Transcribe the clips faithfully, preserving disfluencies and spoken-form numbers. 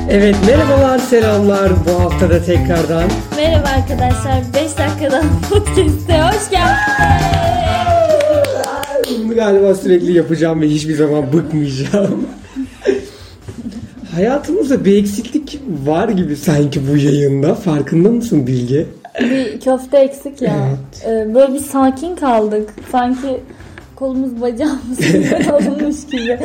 Evet, merhabalar, selamlar. Bu hafta da tekrardan. Merhaba arkadaşlar. beş dakikadan podcast'e hoş geldiniz. Bunu galiba sürekli yapacağım ve hiçbir zaman bıkmayacağım. Hayatımızda bir eksiklik var gibi sanki bu yayında. Farkında mısın Bilge? Bir köfte eksik ya. Evet. Ee, böyle bir sakin kaldık. Sanki kolumuz bacağımız alınmış gibi.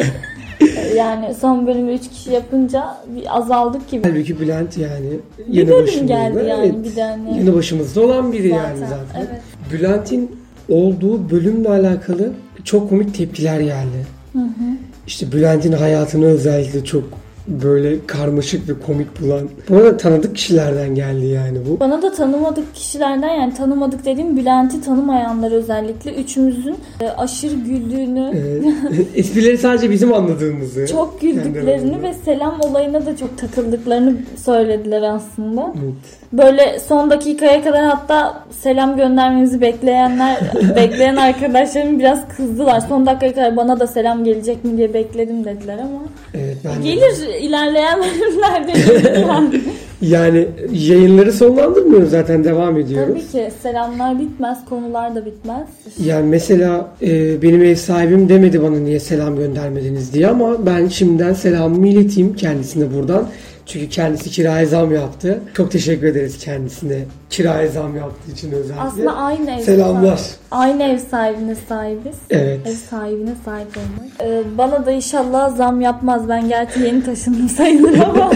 Yani son bölümü üç kişi yapınca bir azaldık gibi. Halbuki Bülent yani bir bölüm geldi yani evet, bir tane. Yanı başımızda olan biri zaten, yani zaten. Evet. Bülent'in olduğu bölümle alakalı çok komik tepkiler geldi. Hı hı. İşte Bülent'in hayatını özellikle çok böyle karmaşık ve komik bulan. Bana da tanıdık kişilerden geldi yani bu. Bana da tanımadık kişilerden, yani tanımadık dediğim Bülent'i tanımayanlar özellikle üçümüzün e, aşırı güldüğünü. Evet. Esprileri sadece bizim anladığımızı. Çok güldüklerini ve selam olayına da çok takıldıklarını söylediler aslında. Evet. Böyle son dakikaya kadar hatta selam göndermemizi bekleyenler, bekleyen arkadaşlarım biraz kızdılar. Son dakikaya kadar bana da selam gelecek mi diye bekledim dediler ama. Evet, ben gelir de... ilerleyen bölümlerde yani. Yani yayınları sonlandırmıyoruz zaten, devam ediyoruz. Tabii ki selamlar bitmez, konular da bitmez. Yani mesela e, benim ev sahibim demedi bana niye selam göndermediniz diye, ama ben şimdiden selamımı ileteyim kendisine buradan. Çünkü kendisi kiraya zam yaptı. Çok teşekkür ederiz kendisine. Kiraya zam yaptığı için özellikle. Aslında aynı ev Selamlar. Sahibi. Aynı ev sahibine sahibiz. Evet. Ev sahibine sahip olmak. Ee, bana da inşallah zam yapmaz. Ben gerçi yeni taşındım sayılır ama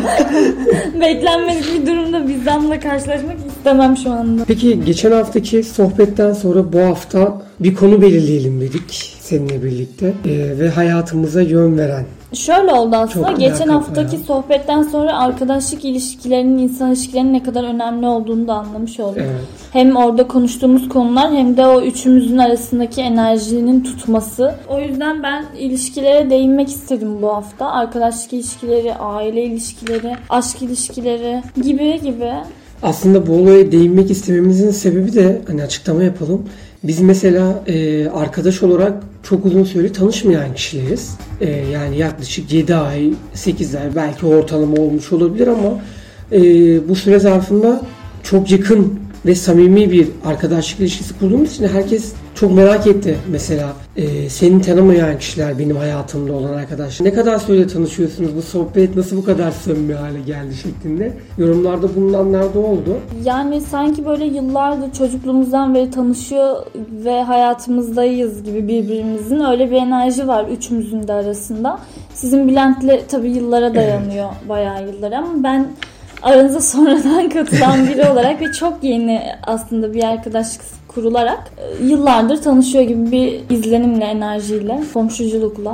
beklenmedik bir durumda bir zamla karşılaşmak istemem şu anda. Peki geçen haftaki sohbetten sonra bu hafta bir konu belirleyelim dedik seninle birlikte. Ee, ve hayatımıza yön veren. Şöyle oldu aslında. Çok geçen haftaki ya. sohbetten sonra arkadaşlık ilişkilerinin, insan ilişkilerinin ne kadar önemli olduğunu da anlamış olduk. Evet. Hem orada konuştuğumuz konular hem de o üçümüzün arasındaki enerjinin tutması. O yüzden ben ilişkilere değinmek istedim bu hafta. Arkadaşlık ilişkileri, aile ilişkileri, aşk ilişkileri gibi gibi. Aslında bu olaya değinmek istememizin sebebi de, hani açıklama yapalım. Biz mesela e, arkadaş olarak çok uzun süre tanışmayan kişileriz. E, yani yaklaşık yedi ay, sekiz ay belki ortalama olmuş olabilir ama e, bu süre zarfında çok yakın ve samimi bir arkadaşlık ilişkisi kurduğumuz için herkes çok merak etti. Mesela e, seni tanımayan kişiler, benim hayatımda olan arkadaşlar, ne kadar süre tanışıyorsunuz, bu sohbet nasıl bu kadar samimi hale geldi şeklinde yorumlarda bulunanlar da oldu. Yani sanki böyle yıllardır çocukluğumuzdan beri tanışıyor ve hayatımızdayız gibi birbirimizin, öyle bir enerji var üçümüzün de arasında. Sizin Bülent'le tabii yıllara dayanıyor, evet. Bayağı yıllar, ama ben aranıza sonradan katılan biri olarak ve çok yeni aslında bir arkadaşlık kurularak yıllardır tanışıyor gibi bir izlenimle, enerjiyle, komşuculukla.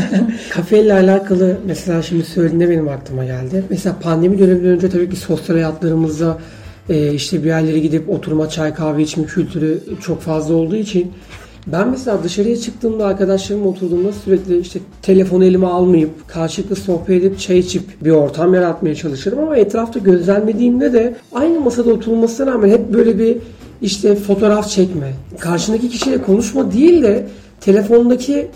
Kafeyle alakalı mesela şimdi söylediğinde benim aklıma geldi. Mesela pandemi döneminden önce tabii ki sosyal hayatlarımızda e, işte bir yerlere gidip oturma, çay, kahve içme kültürü çok fazla olduğu için ben mesela dışarıya çıktığımda, arkadaşlarımla oturduğumda sürekli işte telefonu elime almayıp karşılıklı sohbet edip çay içip bir ortam yaratmaya çalışırım, ama etrafta gözlemlediğimde de aynı masada oturulmasına rağmen hep böyle bir işte fotoğraf çekme, karşındaki kişiyle konuşma değil de telefondaki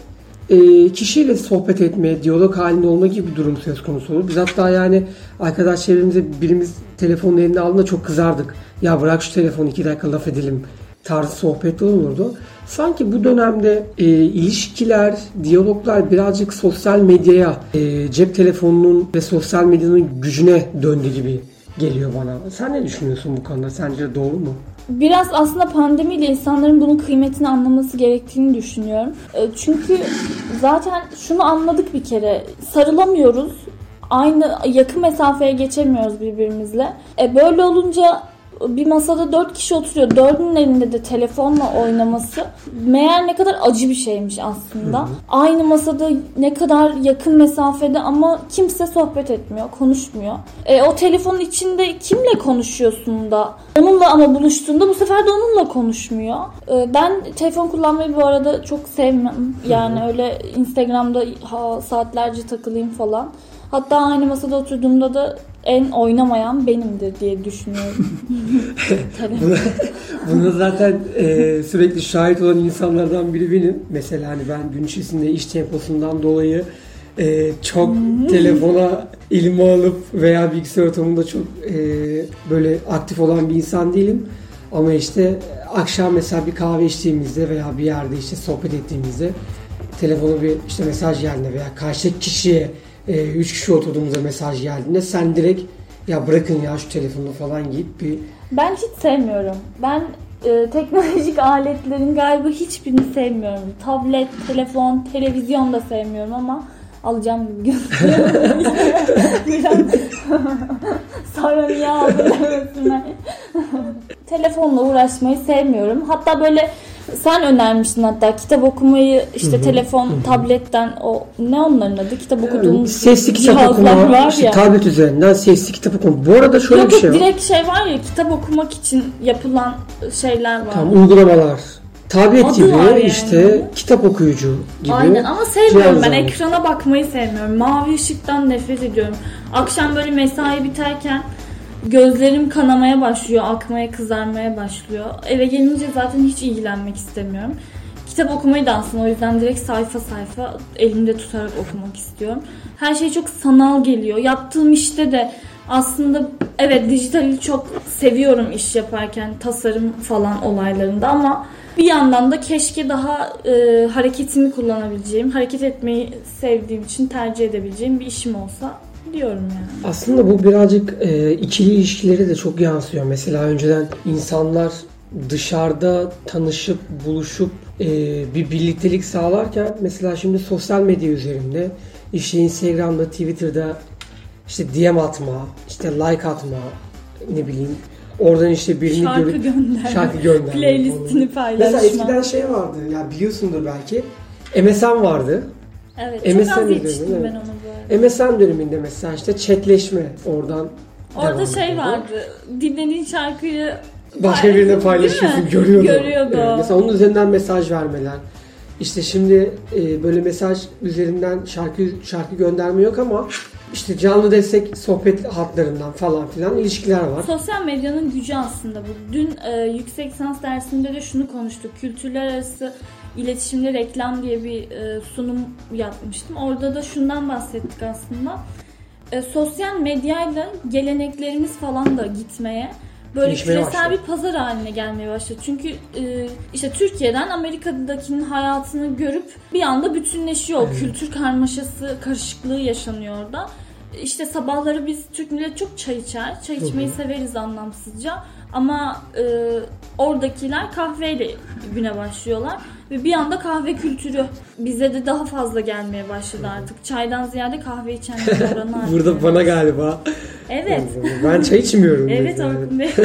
e, kişiyle sohbet etme, diyalog halinde olma gibi bir durum söz konusu olur. Biz hatta yani arkadaş çevremize birimiz telefonun eline aldığında çok kızardık. Ya bırak şu telefonu, iki dakika laf edelim tarzı sohbetler olurdu. Sanki bu dönemde e, ilişkiler, diyaloglar birazcık sosyal medyaya, e, cep telefonunun ve sosyal medyanın gücüne döndü gibi geliyor bana. Sen ne düşünüyorsun bu konuda? Sence doğru mu? Biraz aslında pandemiyle insanların bunun kıymetini anlaması gerektiğini düşünüyorum. Çünkü zaten şunu anladık bir kere. Sarılamıyoruz. Aynı yakın mesafeye geçemiyoruz birbirimizle. E böyle olunca bir masada dört kişi oturuyor. Dördünün elinde de telefonla oynaması meğer ne kadar acı bir şeymiş aslında. Hı hı. Aynı masada ne kadar yakın mesafede ama kimse sohbet etmiyor, konuşmuyor. E, o telefonun içinde kimle konuşuyorsun da? Onunla ama buluştuğunda bu sefer de onunla konuşmuyor. E, ben telefon kullanmayı bu arada çok sevmem. Yani hı hı. Öyle Instagram'da ha, saatlerce takılayım falan. Hatta aynı masada oturduğumda da en oynamayan benimdir diye düşünüyorum. buna, buna zaten e, sürekli şahit olan insanlardan biri benim. Mesela hani ben gün içerisinde iş temposundan dolayı e, çok telefona elime alıp veya bilgisayar ortamında çok e, böyle aktif olan bir insan değilim. Ama işte akşam mesela bir kahve içtiğimizde veya bir yerde işte sohbet ettiğimizde telefonu bir işte mesaj geldiğinde veya karşıdaki kişiye e, üç kişi oturduğumuzda mesaj geldiğinde sen direkt ya bırakın ya şu telefonu falan giyip bir... Ben hiç sevmiyorum. Ben e, teknolojik aletlerin galiba hiçbirini sevmiyorum. Tablet, telefon, televizyon da sevmiyorum ama alacağım gibi gözüküyor. Biraz sonra niye aldım demesinler. Telefonla uğraşmayı sevmiyorum. Hatta böyle sen önermiştin hatta kitap okumayı işte Hı-hı. telefon, Hı-hı. tabletten o ne onların adı? Kitap yani, okuduğumuz sesli kitap okuma, var işte ya. Tablet üzerinden sesli kitap okuma. Bu arada şöyle Yok, bir şey var. Direkt şey var ya kitap okumak için yapılan şeyler var. Tamam, uygulamalar. Tablet Adı gibi yani. işte kitap okuyucu gibi. Aynen ama sevmiyorum ben var. Ekrana bakmayı sevmiyorum. Mavi ışıktan nefret ediyorum. Akşam böyle mesai biterken gözlerim kanamaya başlıyor, akmaya, kızarmaya başlıyor. Eve gelince zaten hiç ilgilenmek istemiyorum. Kitap okumayı da aslında o yüzden direkt sayfa sayfa elimde tutarak okumak istiyorum. Her şey çok sanal geliyor. Yaptığım işte de aslında evet dijitali çok seviyorum iş yaparken, tasarım falan olaylarında ama bir yandan da keşke daha e, hareketimi kullanabileceğim, hareket etmeyi sevdiğim için tercih edebileceğim bir işim olsa diyorum yani. Aslında bu birazcık e, ikili ilişkileri de çok yansıyor. Mesela önceden insanlar dışarıda tanışıp, buluşup e, bir birliktelik sağlarken mesela şimdi sosyal medya üzerinde işte Instagram'da, Twitter'da işte D M atma, işte like atma, ne bileyim oradan işte birini şarkı görüp gönder, şarkı gönder, playlistini paylaşma. Mesela eskiden şey vardı ya biliyorsundur belki M S N vardı. Evet, M S N çok az yetiştim döneminde, ben ona bu arada. M S N döneminde mesela işte chatleşme oradan orada şey ediyordu. Vardı. Dinlediğin şarkıyı başka birine paylaşıyorsun, görüyordu. Görüyordu. Evet, mesela onun üzerinden mesaj vermeler. İşte şimdi e, böyle mesaj üzerinden şarkı şarkı gönderme yok ama işte canlı destek sohbet hatlarından falan filan ilişkiler var. Sosyal medyanın gücü aslında bu. Dün e, yüksek lisans dersinde de şunu konuştuk. Kültürler arası iletişimde reklam diye bir e, sunum yapmıştım. Orada da şundan bahsettik aslında. E, sosyal medyayla geleneklerimiz falan da gitmeye, böyle Değişmeye küresel başladı. bir pazar haline gelmeye başladı. Çünkü e, işte Türkiye'den Amerika'dakinin hayatını görüp bir anda bütünleşiyor. Evet. Kültür karmaşası, karışıklığı yaşanıyor orada. İşte sabahları biz Türk milleti çok çay içer. Çay içmeyi Hı-hı. severiz anlamsızca. Ama e, oradakiler kahveyle güne başlıyorlar. Ve bir anda kahve kültürü bize de daha fazla gelmeye başladı artık. Çaydan ziyade kahve içenlerin oranı artık. Burada bana galiba. Evet. Ben çay içmiyorum. Evet Akın Bey.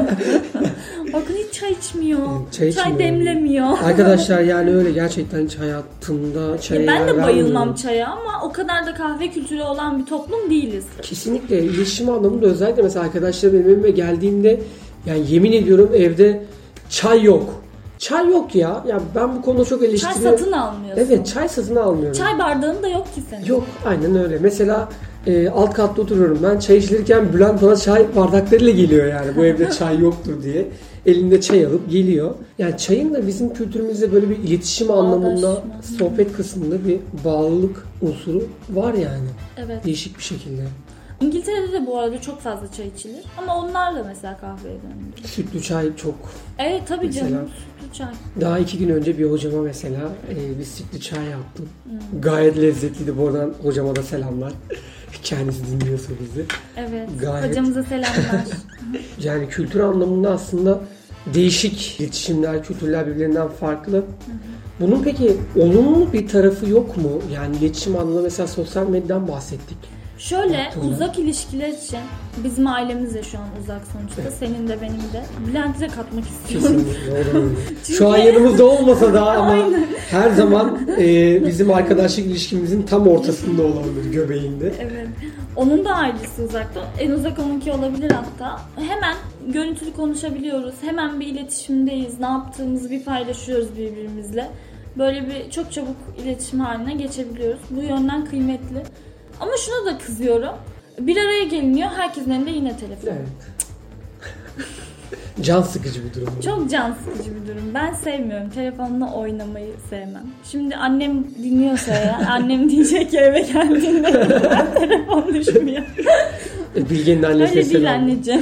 Akın hiç çay içmiyor. Çay, çay demlemiyor. Arkadaşlar yani öyle gerçekten hiç hayatımda çaya ben de bayılmam vermiyorum. çaya ama o kadar da kahve kültürü olan bir toplum değiliz. Kesinlikle iletişim anlamında özellikle mesela arkadaşlar benim evime geldiğimde yani yemin ediyorum evde çay yok. Çay yok ya. Ya ben bu konuda çok eleştiriyorum. Çay satın almıyorsun. Evet, çay satın almıyorum. Çay bardağın da yok ki senin. Yok, aynen öyle. Mesela e, alt katta oturuyorum ben. Çay içilirken Bülent bana çay bardaklarıyla geliyor yani. Bu evde çay yoktur diye. Elinde çay alıp geliyor. Yani çayın da bizim kültürümüzde böyle bir iletişim anlamında, sohbet kısmında bir bağlılık unsuru var yani. Evet. Değişik bir şekilde. İngiltere'de de bu arada çok fazla çay içilir. Ama onlar da mesela kahveye döndü. Sütlü çay çok. Evet tabii mesela, canım sütlü çay. Daha iki gün önce bir hocama mesela e, bir sütlü çay yaptım. Hmm. Gayet lezzetliydi. Bu aradan hocama da selamlar. Kendisi dinliyorsa bizi. Evet. Gayet... Hocamıza selamlar. Yani kültür anlamında aslında değişik iletişimler, kültürler birbirlerinden farklı. Hı hı. Bunun peki olumlu bir tarafı yok mu? Yani iletişim anlamında mesela sosyal medyadan bahsettik. Şöyle Baktığında. uzak ilişkiler için bizim ailemiz de şu an uzak sonuçta. Evet. Senin de benim de. Bülent'i de katmak istiyorum. Kesinlikle. Çünkü... Şu an yanımızda olmasa da ama her zaman e, bizim arkadaşlık ilişkimizin tam ortasında olabilir, göbeğinde. Evet. Onun da ailesi uzakta. En uzak onunki olabilir hatta. Hemen görüntülü konuşabiliyoruz. Hemen bir iletişimdeyiz. Ne yaptığımızı bir paylaşıyoruz birbirimizle. Böyle bir çok çabuk iletişim haline geçebiliyoruz. Bu yönden kıymetli. Ama şuna da kızıyorum. Bir araya geliniyor. Herkesin elinde yine telefon. Evet. can sıkıcı bir durum. Çok can sıkıcı bir durum. Ben sevmiyorum. Telefonla oynamayı sevmem. Şimdi annem dinliyorsa ya, annem diyecek ki eve geldiğinde telefon düşmüyor. Bilge'nin annesine Öyle değil selam. anneciğim.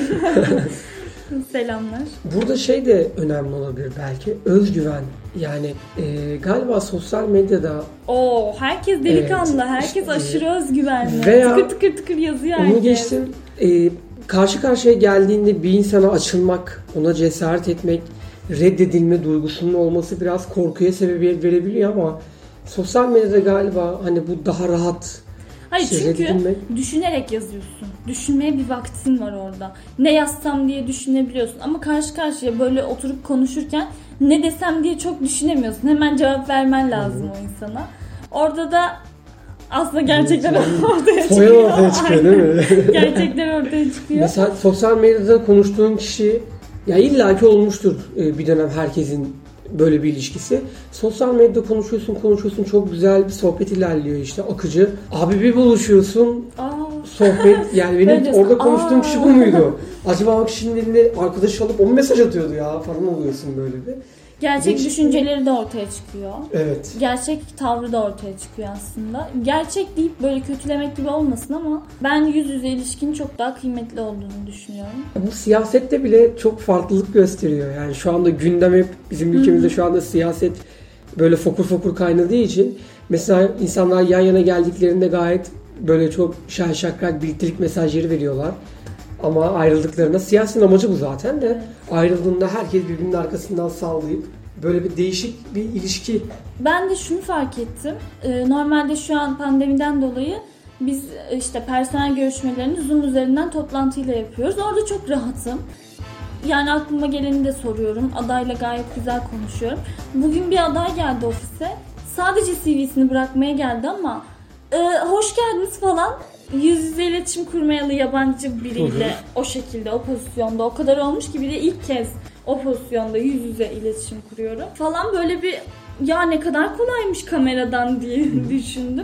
Selamlar. Burada şey de önemli olabilir belki. Özgüven. Yani e, galiba sosyal medyada Oo, herkes delikanlı. Evet, herkes işte, aşırı özgüvenli. veya tıkır tıkır tıkır yazıyor herkes. onu geçtim. E, karşı karşıya geldiğinde bir insana açılmak, ona cesaret etmek, reddedilme duygusunun olması biraz korkuya sebebiyet verebiliyor ama sosyal medyada galiba hani bu daha rahat. Hayır İşte çünkü reddedilmek. düşünerek yazıyorsun. Düşünmeye bir vaktin var orada. Ne yazsam diye düşünebiliyorsun. Ama karşı karşıya böyle oturup konuşurken ne desem diye çok düşünemiyorsun. Hemen cevap vermen lazım Hı-hı. o insana. Orada da aslında gerçekten Yani, ortaya foyan çıkıyor. ortaya çıkıyor değil mi? Gerçekten ortaya çıkıyor. Mesela sosyal medyada konuştuğun kişi ya illaki olmuştur bir dönem herkesin böyle bir ilişkisi. Sosyal medyada konuşuyorsun konuşuyorsun çok güzel bir sohbet ilerliyor işte akıcı. Abi bir buluşuyorsun Aa. sohbet yani benim Öyle orada diyorsun. konuştuğum Aa. kişi bu muydu? Acaba o kişinin eline arkadaş alıp o mu mesaj atıyordu ya falan oluyorsun böyle bir. Gerçek Değişik. düşünceleri de ortaya çıkıyor. Evet. Gerçek tavrı da ortaya çıkıyor aslında. Gerçek deyip böyle kötülemek gibi olmasın ama ben yüz yüze ilişkinin çok daha kıymetli olduğunu düşünüyorum. Bu siyasette bile çok farklılık gösteriyor. Yani şu anda gündem hep bizim ülkemizde şu anda siyaset böyle fokur fokur kaynadığı için mesela insanlar yan yana geldiklerinde gayet böyle çok şen şakrak birliktelik mesajları veriyorlar. Ama ayrıldıklarında siyasetin amacı bu zaten de Evet. ayrıldığında herkes birbirinin arkasından sallayıp böyle bir değişik bir ilişki. Ben de şunu fark ettim. Ee, normalde şu an pandemiden dolayı biz işte personel görüşmelerini Zoom üzerinden toplantıyla yapıyoruz. Orada çok rahatım. Yani aklıma geleni de soruyorum. Adayla gayet güzel konuşuyorum. Bugün bir aday geldi ofise. Sadece C V'sini bırakmaya geldi ama e, hoş geldiniz falan. Yüz yüze iletişim kurmayalı yabancı biriyle o şekilde, o pozisyonda o kadar olmuş ki bir de ilk kez o pozisyonda yüz yüze iletişim kuruyorum falan böyle bir ya ne kadar kolaymış kameradan diye düşündüm.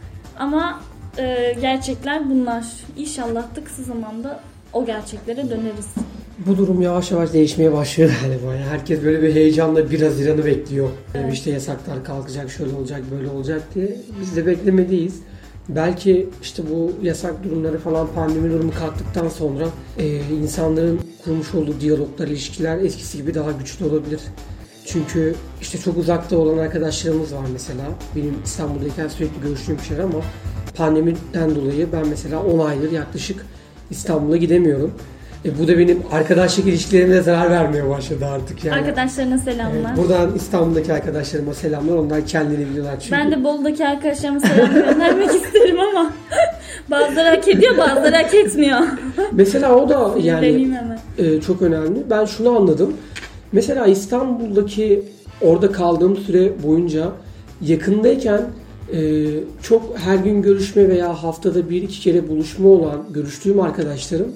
Ama e, gerçekler bunlar. İnşallah da kısa zamanda o gerçeklere döneriz. Bu durum yavaş yavaş değişmeye başlıyor galiba. Yani herkes böyle bir heyecanla bir Haziran'ı bekliyor. Yani Evet. işte yasaklar kalkacak, şöyle olacak, böyle olacak diye. Biz de beklemedeyiz. Belki işte bu yasak durumları falan pandemi durumu kalktıktan sonra e, insanların kurmuş olduğu diyaloglar, ilişkiler eskisi gibi daha güçlü olabilir. Çünkü işte çok uzakta olan arkadaşlarımız var mesela. Benim İstanbul'dayken sürekli görüştüğüm kişiler ama pandemiden dolayı ben mesela on aydır yaklaşık İstanbul'a gidemiyorum. E, bu da benim arkadaşlık ilişkilerime zarar vermeye başladı artık yani. Arkadaşlarına selamlar. Evet, buradan İstanbul'daki arkadaşlarıma selamlar. Onlar kendileri biliyorlar çünkü. Ben de Bolu'daki arkadaşlarıma selam göndermek isterim ama bazıları hak ediyor, bazıları hak etmiyor. Mesela o da yani Deneyim hemen. e, çok önemli. Ben şunu anladım. Mesela İstanbul'daki orada kaldığım süre boyunca yakındayken e, çok her gün görüşme veya haftada bir iki kere buluşma olan görüştüğüm arkadaşlarım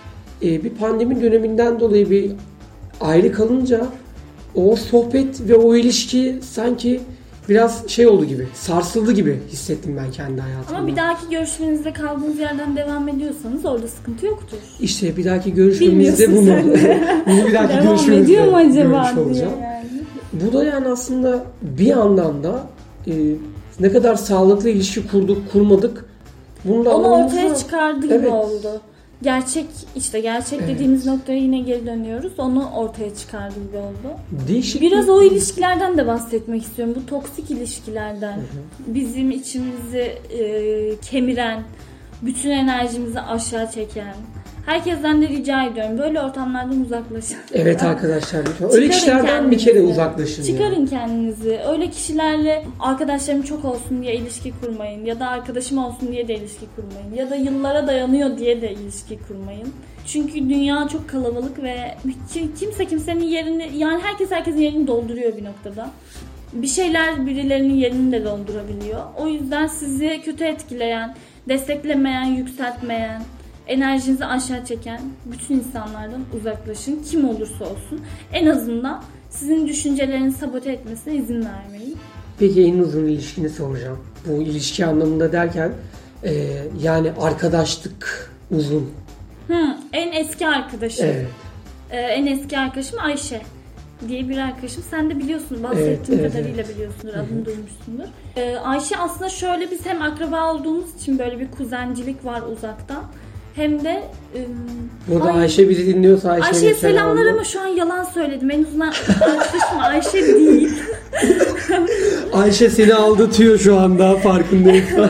e, bir pandemi döneminden dolayı bir ayrı kalınca o sohbet ve o ilişki sanki biraz şey oldu gibi, sarsıldı gibi hissettim ben kendi hayatımda. Ama bir dahaki görüşmenizde kaldığınız yerden devam ediyorsanız orada sıkıntı yoktur. İşte bir dahaki görüşmemizde bunu, Bilmiyorsun bunu bir dahaki Devam görüşmemizde ediyor mu acaba görmüş diye olacağım. yani. Bu da yani aslında bir yandan da e, ne kadar sağlıklı ilişki kurduk, kurmadık. Bunu da Onu anlamamız ortaya lazım. çıkardı gibi Evet. oldu. Gerçek işte gerçek Evet. dediğimiz noktaya yine geri dönüyoruz. Onu ortaya çıkardı gibi oldu. Değişik Biraz bir- o ilişkilerden de bahsetmek istiyorum. Bu toksik ilişkilerden. Bizim içimizi e, kemiren, bütün enerjimizi aşağı çeken. Herkesten de rica ediyorum. Böyle ortamlardan uzaklaşın. Evet arkadaşlar lütfen. Öyle Çıkarın kişilerden bir kere kendinizi. uzaklaşın. Çıkarın yani. kendinizi. Öyle kişilerle arkadaşlarım çok olsun diye ilişki kurmayın. Ya da arkadaşım olsun diye de ilişki kurmayın. Ya da yıllara dayanıyor diye de ilişki kurmayın. Çünkü dünya çok kalabalık ve ki- kimse kimsenin yerini, yani herkes herkesin yerini dolduruyor bir noktada. Bir şeyler birilerinin yerini de doldurabiliyor. O yüzden sizi kötü etkileyen, desteklemeyen, yükseltmeyen, enerjinizi aşağı çeken bütün insanlardan uzaklaşın. Kim olursa olsun. En azından sizin düşüncelerinizi sabote etmesine izin vermeyin. Peki en uzun ilişkini soracağım. Bu ilişki anlamında derken e, yani arkadaşlık uzun. Hı, en eski arkadaşım. Evet. Ee, en eski arkadaşım Ayşe diye bir arkadaşım. Sen de biliyorsun, bahsettiğim evet, kadarıyla evet. biliyorsundur, adını Hı-hı. duymuşsundur. Ee, Ayşe aslında şöyle, biz hem akraba olduğumuz için böyle bir kuzencilik var uzaktan. Hem de ım, burada ay, Ayşe bizi dinliyorsa Ayşe'ye Ayşe'ye selamlar ama şu an yalan söyledim. En uzun arkadaşım Ayşe değil. Ayşe seni aldatıyor şu anda, farkındaysan.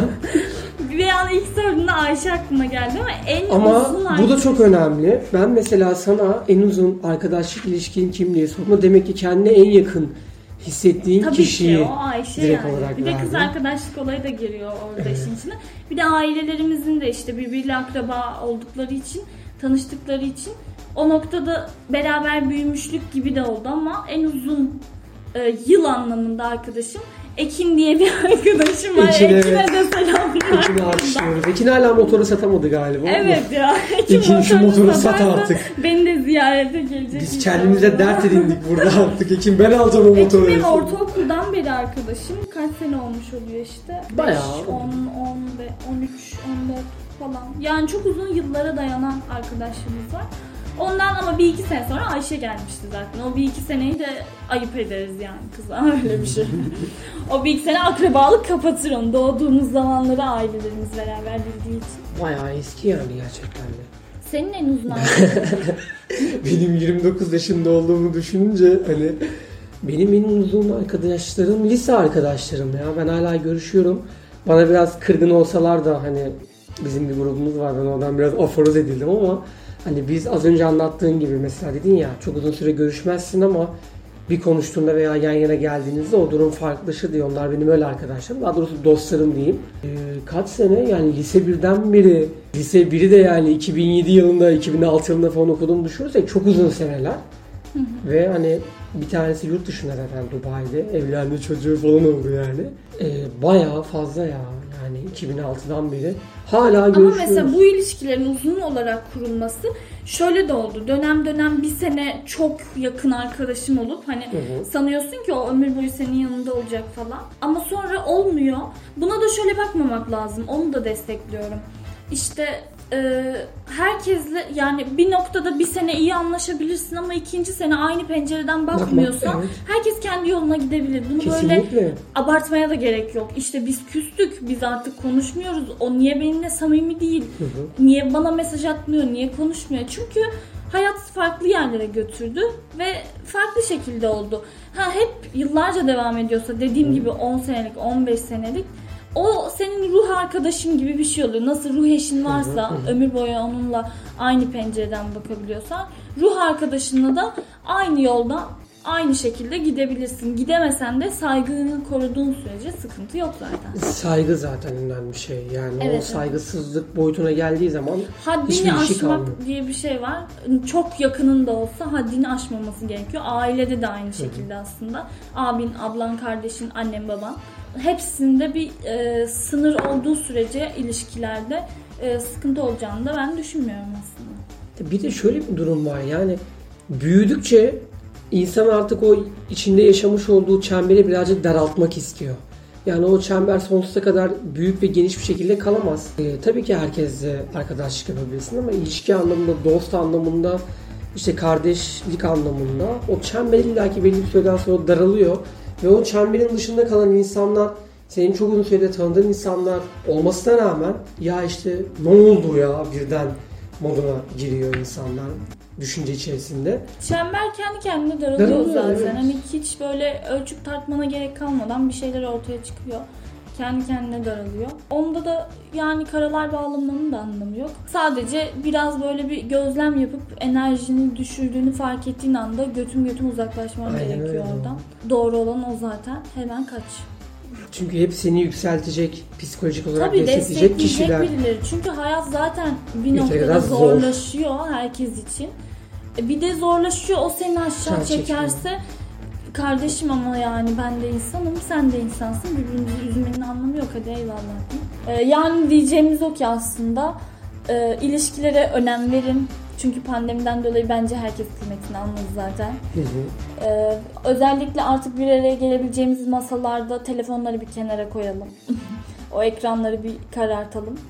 Bir an ilk sorduğunda Ayşe aklıma geldi ama en ama uzun Ama bu da çok önemli. Ben mesela sana en uzun arkadaşlık ilişkin kim diye sorma. Demek ki kendine en yakın hissettiğin Tabii kişiyi ki, o Ayşe direkt yani. olarak bir de verdin. Kız arkadaşlık olayı da giriyor orada evet. işin içine. Bir de ailelerimizin de işte birbiriyle akraba oldukları için, tanıştıkları için o noktada beraber büyümüşlük gibi de oldu ama en uzun e, yıl anlamında arkadaşım Ekin diye bir arkadaşım var. Ekin, Ekin'e evet. de selamlar. Ekin'i alkışlıyoruz. Ekin hala motoru satamadı galiba. Evet ya. Ekin, Ekin şu motoru sat artık. Beni de ziyarete gelecek. Biz kendimize ama. dert edindik burada artık. Ekin, ben alacağım o motoru. Ekin benim ortaokuldan beri arkadaşım. Kaç sene olmuş oluyor işte. Bayağı. beş, on, on, on üç, on dört falan. Yani çok uzun yıllara dayanan arkadaşlığımız var. Ondan ama bir iki sene sonra Ayşe gelmişti zaten. O bir iki seneyi de ayıp ederiz yani kıza, öyle bir şey. O bir iki sene akrabalık kapatır onu. Doğduğumuz zamanları ailelerimiz beraber bildiği için. Bayağı eski yani gerçekten de. Senin en uzun arkadaşın? Benim yirmi dokuz yaşında olduğumu düşününce hani benim en uzun arkadaşlarım lise arkadaşlarım ya. Ben hala görüşüyorum. Bana biraz kırgın olsalar da hani bizim bir grubumuz var. Ben oradan biraz aforoz edildim ama hani biz az önce anlattığın gibi mesela dedin ya, çok uzun süre görüşmezsin ama bir konuştuğunda veya yan yana geldiğinizde o durum farklılaşır diye. Onlar benim öyle arkadaşlarım. Daha doğrusu dostlarım diyeyim. Ee, kaç sene yani lise birden beri, lise biri de yani iki bin yedi yılında, iki bin altı yılında falan okuduğumu düşünürsek çok uzun seneler. Hı hı. Ve hani bir tanesi yurt dışında zaten, Dubai'de evlendi, çocuğu falan oldu yani. Ee, bayağı fazla ya. Yani iki bin altıdan beri hala görüşüyoruz. Ama mesela bu ilişkilerin uzun olarak kurulması şöyle de oldu. Dönem dönem bir sene çok yakın arkadaşım olup hani hı hı. sanıyorsun ki o ömür boyu senin yanında olacak falan. Ama sonra olmuyor. Buna da şöyle bakmamak lazım. Onu da destekliyorum. İşte e, herkesle yani bir noktada bir sene iyi anlaşabilirsin ama ikinci sene aynı pencereden bakmıyorsan Bakmak, evet. herkes kendi yoluna gidebilir. Bunu Kesinlikle. böyle abartmaya da gerek yok. İşte biz küstük, biz artık konuşmuyoruz. O niye benimle samimi değil? Hı hı. Niye bana mesaj atmıyor? Niye konuşmuyor? Çünkü hayat farklı yerlere götürdü ve farklı şekilde oldu. Ha hep yıllarca devam ediyorsa dediğim hı. gibi on senelik, on beş senelik o senin ruh arkadaşın gibi bir şey oluyor. Nasıl ruh eşin varsa, hı hı hı. ömür boyu onunla aynı pencereden bakabiliyorsan, ruh arkadaşınla da aynı yoldan, aynı şekilde gidebilirsin. Gidemesen de saygını koruduğun sürece sıkıntı yok zaten. Saygı zaten önemli bir şey. Yani evet, o saygısızlık evet. boyutuna geldiği zaman haddini hiçbir aşmak şey kalmıyor diye bir şey var. Çok yakının da olsa haddini aşmaması gerekiyor. Ailede de aynı şekilde hı hı. aslında. Abin, ablan, kardeşin, annen, baban. Hepsinde bir e, sınır olduğu sürece ilişkilerde e, sıkıntı olacağını da ben düşünmüyorum aslında. Bir de şöyle bir durum var yani büyüdükçe insan artık o içinde yaşamış olduğu çemberi birazcık daraltmak istiyor. Yani o çember sonsuza kadar büyük ve geniş bir şekilde kalamaz. E, tabii ki herkesle arkadaşlık yapabilirsin ama ilişki anlamında, dost anlamında, işte kardeşlik anlamında o çember illaki belli bir süreden sonra daralıyor. Ve o çemberin dışında kalan insanlar, senin çok uzun sürede tanıdığın insanlar olmasına rağmen ya işte ne oldu ya birden moduna giriyor insanlar düşünce içerisinde. Çember kendi kendine daralıyor, daralıyor zaten. Evet. Hani hiç böyle ölçüp tartmana gerek kalmadan bir şeyler ortaya çıkıyor. Kendi kendine daralıyor. Onda da yani karalar bağlamanın da anlamı yok. Sadece biraz böyle bir gözlem yapıp enerjini düşürdüğünü fark ettiğin anda götüm götüm uzaklaşman Aynen gerekiyor öyle. Oradan. Doğru olan o zaten. Hemen kaç. Çünkü hep seni yükseltecek, psikolojik olarak Tabii destekleyecek kişiler. Tabii birileri. Çünkü hayat zaten bir noktada zorlaşıyor zor. herkes için. Bir de zorlaşıyor. O seni aşağı Sen çekerse çekiyor. Kardeşim ama yani ben de insanım, sen de insansın. Birbirimizi üzmenin anlamı yok. Hadi eyvallah. Ee, yani diyeceğimiz o ki aslında e, ilişkilere önem verin. Çünkü pandemiden dolayı bence herkes kıymetini anladı zaten. Hı hı. Ee, özellikle artık bir araya gelebileceğimiz masalarda telefonları bir kenara koyalım. O ekranları bir karartalım.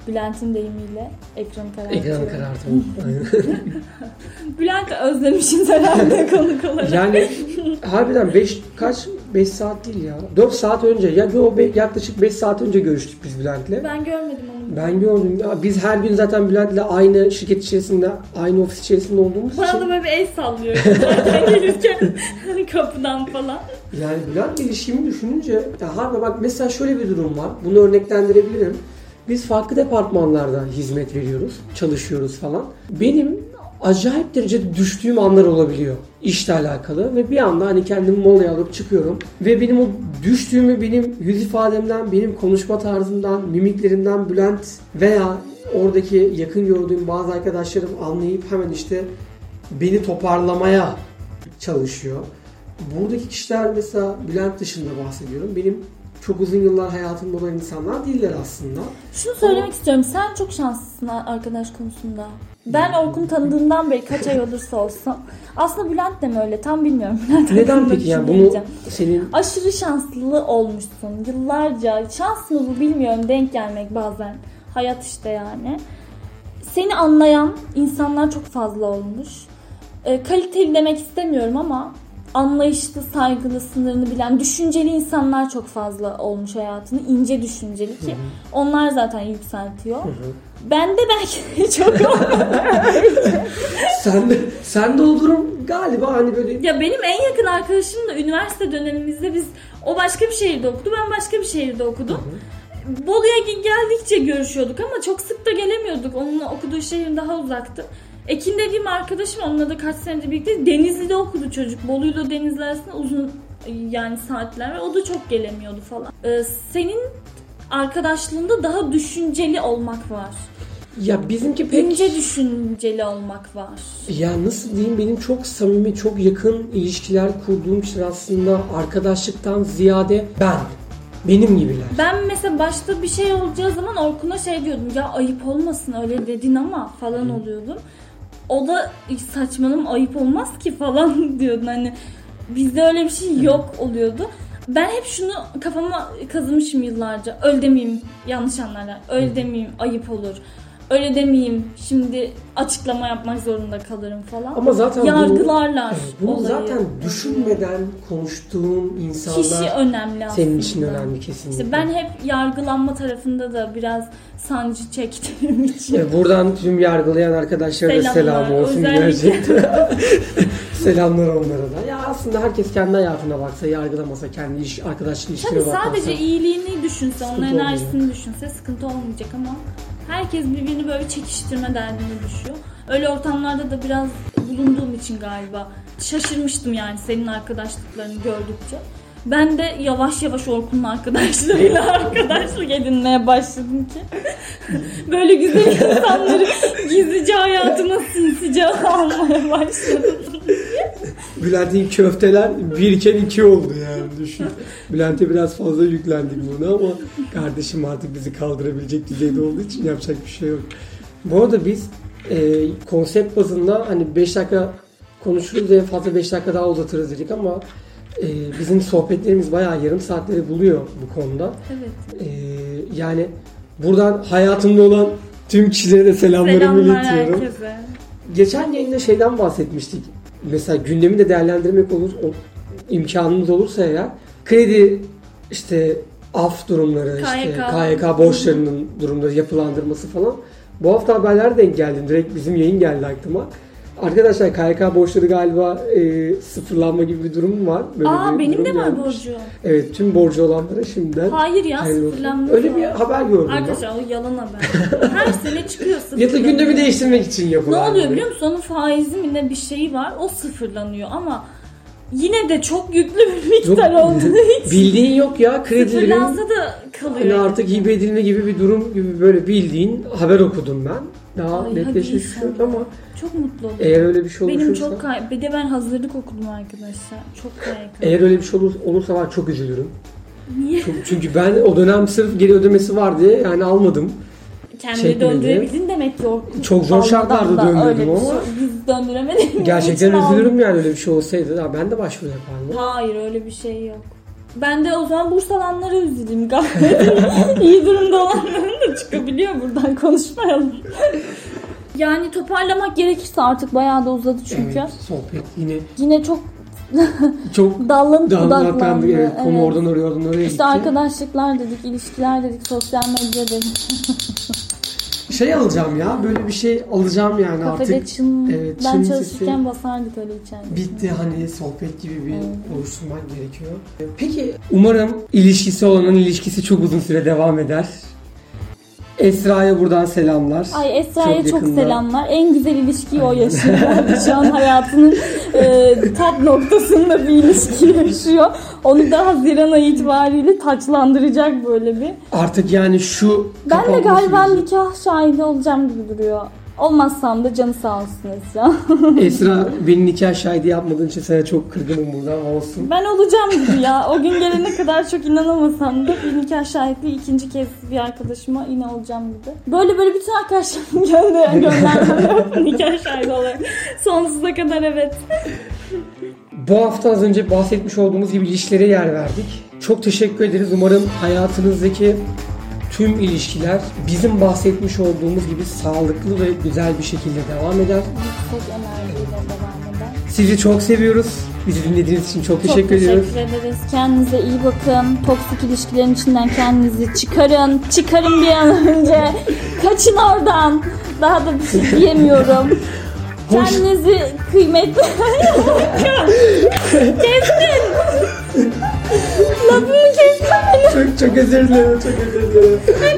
Bülent'in deyimiyle ekranı karartıyor. Ekranı karartalım. Bülent'i özlemişiz herhalde konuk olarak. Yani harbiden beş kaç beş saat değil ya. dört saat önce ya o be, yaklaşık beş saat önce görüştük biz Bülent'le. Ben görmedim onu. Ben gördüm. Ya biz her gün zaten Bülent'le aynı şirket içerisinde, aynı ofis içerisinde olduğumuz Bana için. da böyle bir el sallıyor. Zaten gelirken kapıdan falan. Yani Bülent'le ilişkimi düşününce ya harbi bak mesela şöyle bir durum var. Bunu örneklendirebilirim. Biz farklı departmanlarda hizmet veriyoruz, çalışıyoruz falan. Benim acayip derecede düştüğüm anlar olabiliyor işle alakalı ve bir anda hani kendimi molaya alıp çıkıyorum ve benim o düştüğümü benim yüz ifademden, benim konuşma tarzımdan, mimiklerimden Bülent veya oradaki yakın gördüğüm bazı arkadaşlarım anlayıp hemen işte beni toparlamaya çalışıyor. Buradaki kişiler mesela Bülent dışında bahsediyorum. Benim çok uzun yıllar hayatımda olan insanlar değiller aslında. Şunu söylemek Ama... istiyorum. Sen çok şanslısın arkadaş konusunda. Ben Orkun'u tanıdığımdan beri kaç ay olursa olsun. Aslında Bülent de mi öyle? Tam bilmiyorum. Bülent Neden peki yani bunu senin... Aşırı şanslı olmuşsun. Yıllarca. Şans mı bu bilmiyorum. Denk gelmek bazen. Hayat işte yani. Seni anlayan insanlar çok fazla olmuş. E, kaliteli demek istemiyorum ama anlayışlı, saygılı, sınırını bilen, düşünceli insanlar çok fazla olmuş hayatını. İnce düşünceli ki. Hı hı. Onlar zaten yükseltiyor. Hı hı. Ben de belki çok sen de sen de o durum galiba hani böyle. Ya benim en yakın arkadaşım da üniversite dönemimizde biz o başka bir şehirde okudu, ben başka bir şehirde okudum. Hı hı. Bolu'ya geldikçe görüşüyorduk ama çok sık da gelemiyorduk. Onun okuduğu şehir daha uzaktı. Ekin dediğim arkadaşım onunla da kaç senedir birlikte Denizli'de okudu çocuk. Bolu'yla Denizli arasında uzun yani saatler ve o da çok gelemiyordu falan. Ee, senin arkadaşlığında daha düşünceli olmak var. Ya bizimki pek... İnce düşünceli olmak var. Ya nasıl diyeyim benim çok samimi, çok yakın ilişkiler kurduğum kişiler aslında arkadaşlıktan ziyade ben. Benim gibiler. Ben mesela başta bir şey olacağı zaman Orkun'a şey diyordum. Ya ayıp olmasın öyle dedin ama falan Hı. oluyordum. O da saçmalama ayıp olmaz ki falan diyordun. Hani bizde öyle bir şey yok oluyordu. Ben hep şunu kafama kazımışım yıllarca. Öyle demeyeyim, yanlış anlarlar. Öyle demeyeyim, ayıp olur. Öyle demeyeyim, şimdi açıklama yapmak zorunda kalırım falan. Ama zaten yargılarlar. Bunu, bunu zaten düşünmeden konuştuğun insanlar kişi önemli aslında. Senin için önemli kesinlikle. İşte ben hep yargılanma tarafında da biraz sancı çektiğim için. E buradan tüm yargılayan arkadaşlara da selam olsun gerçekten. Selamlar onlara da. Ya aslında herkes kendi hayatına baksa, yargılamasa, kendi iş, arkadaş ilişkine bakarsa. Tabii sadece iyiliğini düşünse, onun enerjisini olmayacak. Düşünse sıkıntı olmayacak ama herkes birbirini böyle çekiştirme derdine düşüyor. Öyle ortamlarda da biraz bulunduğum için galiba şaşırmıştım yani senin arkadaşlıklarını gördükçe. Ben de yavaş yavaş Orkun'un arkadaşlarıyla arkadaşlık edinmeye başladım ki. Böyle güzel insanları gizlice hayatıma sinsice almaya başladım. Bülent'in köfteler bir iken iki oldu yani düşün. Bülent'e biraz fazla yüklendik bunu ama kardeşim artık bizi kaldırabilecek düzeyde olduğu için yapacak bir şey yok. Bu arada biz e, konsept bazında hani beş dakika konuşuruz ve fazla beş dakika daha uzatırız dedik ama e, bizim sohbetlerimiz bayağı yarım saatleri buluyor bu konuda. Evet. E, yani buradan hayatımda olan tüm kişilere de selamlarımı Selamlar iletiyorum. Herkese. Geçen yayında şeyden bahsetmiştik. Mesela gündemi de değerlendirmek olur, o, imkanımız olursa eğer kredi işte af durumları, K Y K. işte K Y K borçlarının durumları yapılandırması falan. Bu hafta haberler denk geldi. Direkt bizim yayın geldi aklıma. Arkadaşlar K Y K borçları galiba e, sıfırlanma gibi bir durum var. Böyle Aa bir benim de var gelmiş. borcu. Evet tüm borcu olanlara şimdiden. Hayır ya sıfırlanma. Öyle bir haber gördüm. Arkadaşlar o yalan haber. Her sene çıkıyor sıfırlanıyor. Ya da gündemi değiştirmek için yapılan. Ne oluyor biliyor musun? Onun faizi mi ne bir şeyi var. O sıfırlanıyor ama yine de çok yüklü bir miktar yok, olduğu için. Bildiğin yok ya kredilerin. Sıfırlansa da kalıyor. Hani artık hibe edilme gibi bir durum gibi böyle bildiğin haber okudum ben. Daha Ay, netleşmiş bir şey yok ama çok mutlu oldum. Eğer öyle bir şey olursa. Benim çok kay... Bir de ben hazırlık okudum arkadaşlar. Çok kayık. Eğer öyle bir şey olur, olursa var çok üzülürüm. Niye? Çünkü, çünkü ben o dönem sırf geri ödemesi var diye yani almadım. Kendini döndürebildin demek ki o. Çok zor şartlarda döndürdüm ama. Şey, biz döndüremedik. Gerçekten üzülürüm yani öyle bir şey olsaydı. Ya ben de başvuru yapardım. Hayır öyle bir şey yok. Ben de o zaman burs alanlara üzüldüm gayet. İyi durumda olanların da çıkabiliyor, buradan konuşmayalım. Yani toparlamak gerekirse artık bayağı da uzadı çünkü. Evet, sohbet yine Yine çok çok dallanıp dallanıp budaklandı. evet, konu Evet. oradan oraya oradan oraya İşte gitti. arkadaşlıklar dedik, ilişkiler dedik, sosyal medya dedik. Şey alacağım ya, böyle bir şey alacağım yani Kafede artık. çın, Evet, ben çın çalışırken sesi basardık öyle içeride. bitti, hani sohbet gibi bir Evet. oluşturmak gerekiyor. Peki umarım ilişkisi olanın ilişkisi çok uzun süre devam eder. Esra'ya buradan selamlar. Ay Esra'ya Çok çok, yakında. selamlar. En güzel ilişkiyi o yaşıyor. Şu an hayatının e, top noktasında bir ilişki yaşıyor. Onu da Haziran ayı itibariyle taçlandıracak böyle bir. Artık yani şu Ben de kapanma galiba süreci. nikah şahidi olacağım gibi duruyor. Olmazsam da canı sağ olsun Esra. Esra, beni nikah şahidi yapmadığın için sana çok kırgınım buradan, olsun. Ben olacağım gibi ya. O gün gelene kadar çok inanamasam da bir nikah şahitliği ikinci kez bir arkadaşıma yine olacağım gibi. Böyle böyle bütün arkadaşlarım gönder gönderdim nikah şahidi olarak. Sonsuza kadar evet. Bu hafta az önce bahsetmiş olduğumuz gibi ilişkilere yer verdik. Çok teşekkür ederiz. Umarım hayatınızdaki tüm ilişkiler bizim bahsetmiş olduğumuz gibi sağlıklı ve güzel bir şekilde devam eder. Yüksek enerjiyle devam eder. Sizi çok seviyoruz. Bizi dinlediğiniz için çok teşekkür çok teşekkür ediyoruz. ederiz. Kendinize iyi bakın. Toksik ilişkilerin içinden kendinizi çıkarın. Çıkarın bir an önce. Kaçın oradan. Daha da bir şey diyemiyorum. Hoş- Kendinizi kıymetli... Kestin. Lafımı kestin beni. Çok çok özür dilerim. Çok özür dilerim.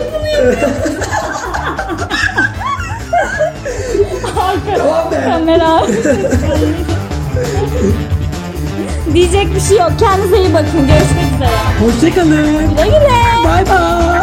Tamam be. Kamera. Diyecek bir şey yok. Kendinize iyi bakın. Görüşmek üzere. Hoşçakalın. Güle güle. Bay bay.